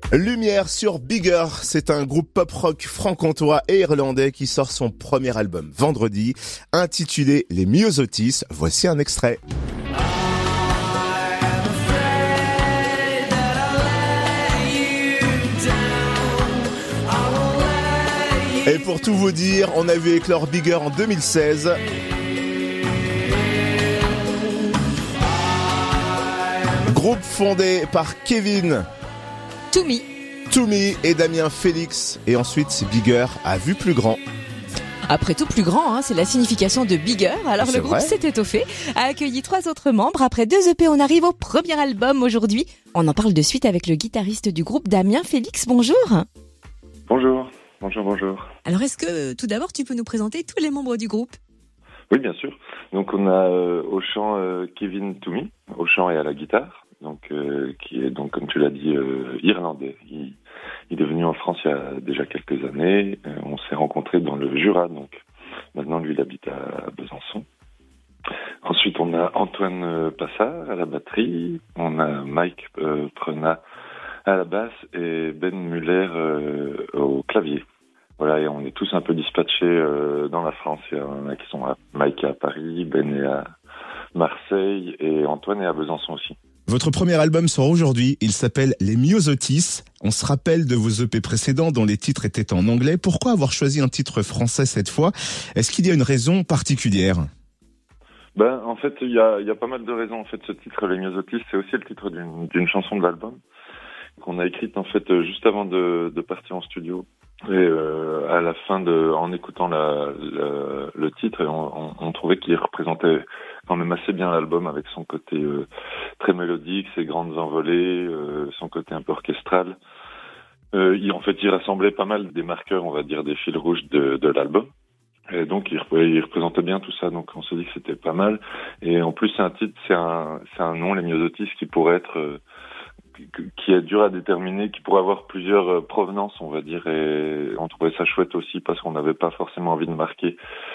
Lumière sur Bigger, c'est un groupe pop-rock franc-comtois et irlandais qui sort son premier album vendredi, intitulé Les Myosotis. Voici un extrait. Et pour tout vous dire, on a vu éclore Bigger en 2016. Groupe fondé par Kevin Toomey et Damien Félix. Et ensuite, Bigger a vu plus grand. Après tout, plus grand, c'est la signification de Bigger. Alors C'est le groupe vrai. s'est étoffé, a accueilli 3 autres membres. Après 2 EP, on arrive au premier album aujourd'hui. On en parle de suite avec le guitariste du groupe, Damien Félix. Bonjour. Bonjour. Alors est-ce que tout d'abord tu peux nous présenter tous les membres du groupe ? Oui, bien sûr. Donc on a au chant Kevin Toomey, au chant et à la guitare, donc qui est donc comme tu l'as dit irlandais. Il est venu en France il y a déjà quelques années. On s'est rencontrés dans le Jura, donc maintenant lui il habite à Besançon. Ensuite on a Antoine Passard à la batterie, on a Mike Prenat à la basse et Ben Muller au clavier. Voilà, et on est tous un peu dispatchés dans la France. Il y en a qui sont Mike est à Paris, Ben est à Marseille et Antoine est à Besançon aussi. Votre premier album sort aujourd'hui, il s'appelle Les Myosotis. On se rappelle de vos EP précédents dont les titres étaient en anglais. Pourquoi avoir choisi un titre français cette fois ? Est-ce qu'il y a une raison particulière ? En fait, il y a pas mal de raisons. En fait, ce titre, Les Myosotis, c'est aussi le titre d'une chanson de l'album qu'on a écrite en fait juste avant de partir en studio. Et à la fin en écoutant le titre, on trouvait qu'il représentait quand même assez bien l'album avec son côté très mélodique, ses grandes envolées, son côté un peu orchestral. Il rassemblait pas mal des marqueurs, on va dire, des fils rouges de l'album. Et donc il représentait bien tout ça, donc on s'est dit que c'était pas mal. Et en plus c'est un titre, c'est un nom, Les Myosotis, qui pourrait être qui est dur à déterminer, qui pourrait avoir plusieurs provenances, on va dire, et on trouvait ça chouette aussi parce qu'on n'avait pas forcément envie de marquer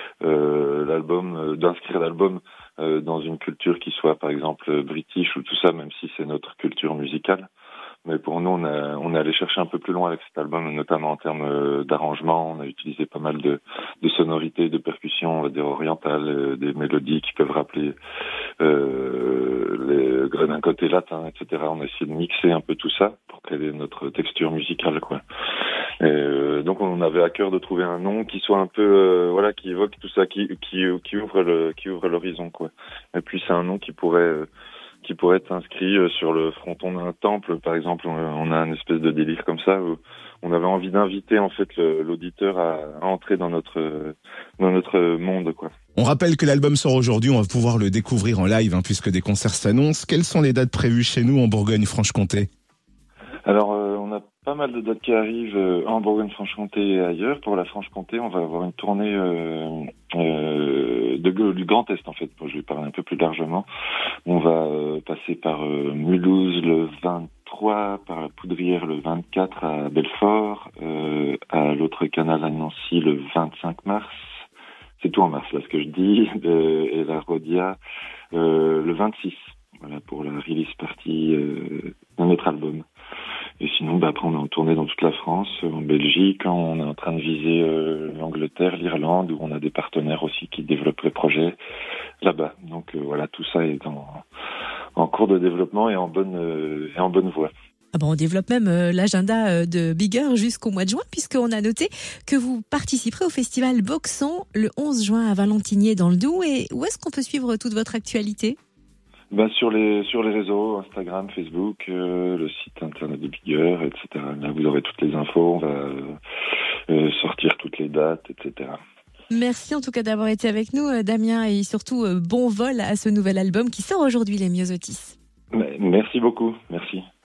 d'inscrire l'album dans une culture qui soit par exemple british ou tout ça, même si c'est notre culture musicale. Mais pour nous, on est allé chercher un peu plus loin avec cet album, notamment en termes d'arrangement. On a utilisé pas mal de sonorités, de percussions, on va dire orientales, des mélodies qui peuvent rappeler d'un côté latin, etc. On a essayé de mixer un peu tout ça pour qu'elle ait notre texture musicale, quoi. Et donc on avait à cœur de trouver un nom qui soit un peu qui évoque tout ça, qui ouvre l'horizon, quoi. Et puis c'est un nom qui pourrait être inscrit sur le fronton d'un temple, par exemple. On a une espèce de délire comme ça où on avait envie d'inviter en fait l'auditeur à entrer dans notre monde, quoi. On rappelle que l'album sort aujourd'hui, on va pouvoir le découvrir en live puisque des concerts s'annoncent. Quelles sont les dates prévues chez nous en Bourgogne-Franche-Comté ? Alors on a pas mal de dates qui arrivent en Bourgogne-Franche-Comté et ailleurs. Pour la Franche-Comté, on va avoir une tournée du Grand Est en fait. Je vais parler un peu plus largement. On va passer par Mulhouse le 23, par la Poudrière le 24 à Belfort, à l'autre canal à Nancy le 25 mars. C'est tout en mars là ce que je dis, et la Rodia le 26. Voilà pour la release party de notre album. Et sinon, après, on est en tournée dans toute la France, en Belgique, on est en train de viser l'Angleterre, l'Irlande, où on a des partenaires aussi qui développent le projet là-bas. Donc voilà, tout ça est en cours de développement et en bonne voie. On développe même l'agenda de Bigger jusqu'au mois de juin, puisqu'on a noté que vous participerez au festival Boxon le 11 juin à Valentinier dans le Doubs. Et où est-ce qu'on peut suivre toute votre actualité ? Sur les réseaux, Instagram, Facebook, le site internet de Bigger, etc. Là, vous aurez toutes les infos, on va sortir toutes les dates, etc. Merci en tout cas d'avoir été avec nous, Damien, et surtout bon vol à ce nouvel album qui sort aujourd'hui, Les Myosotis. Merci beaucoup, merci.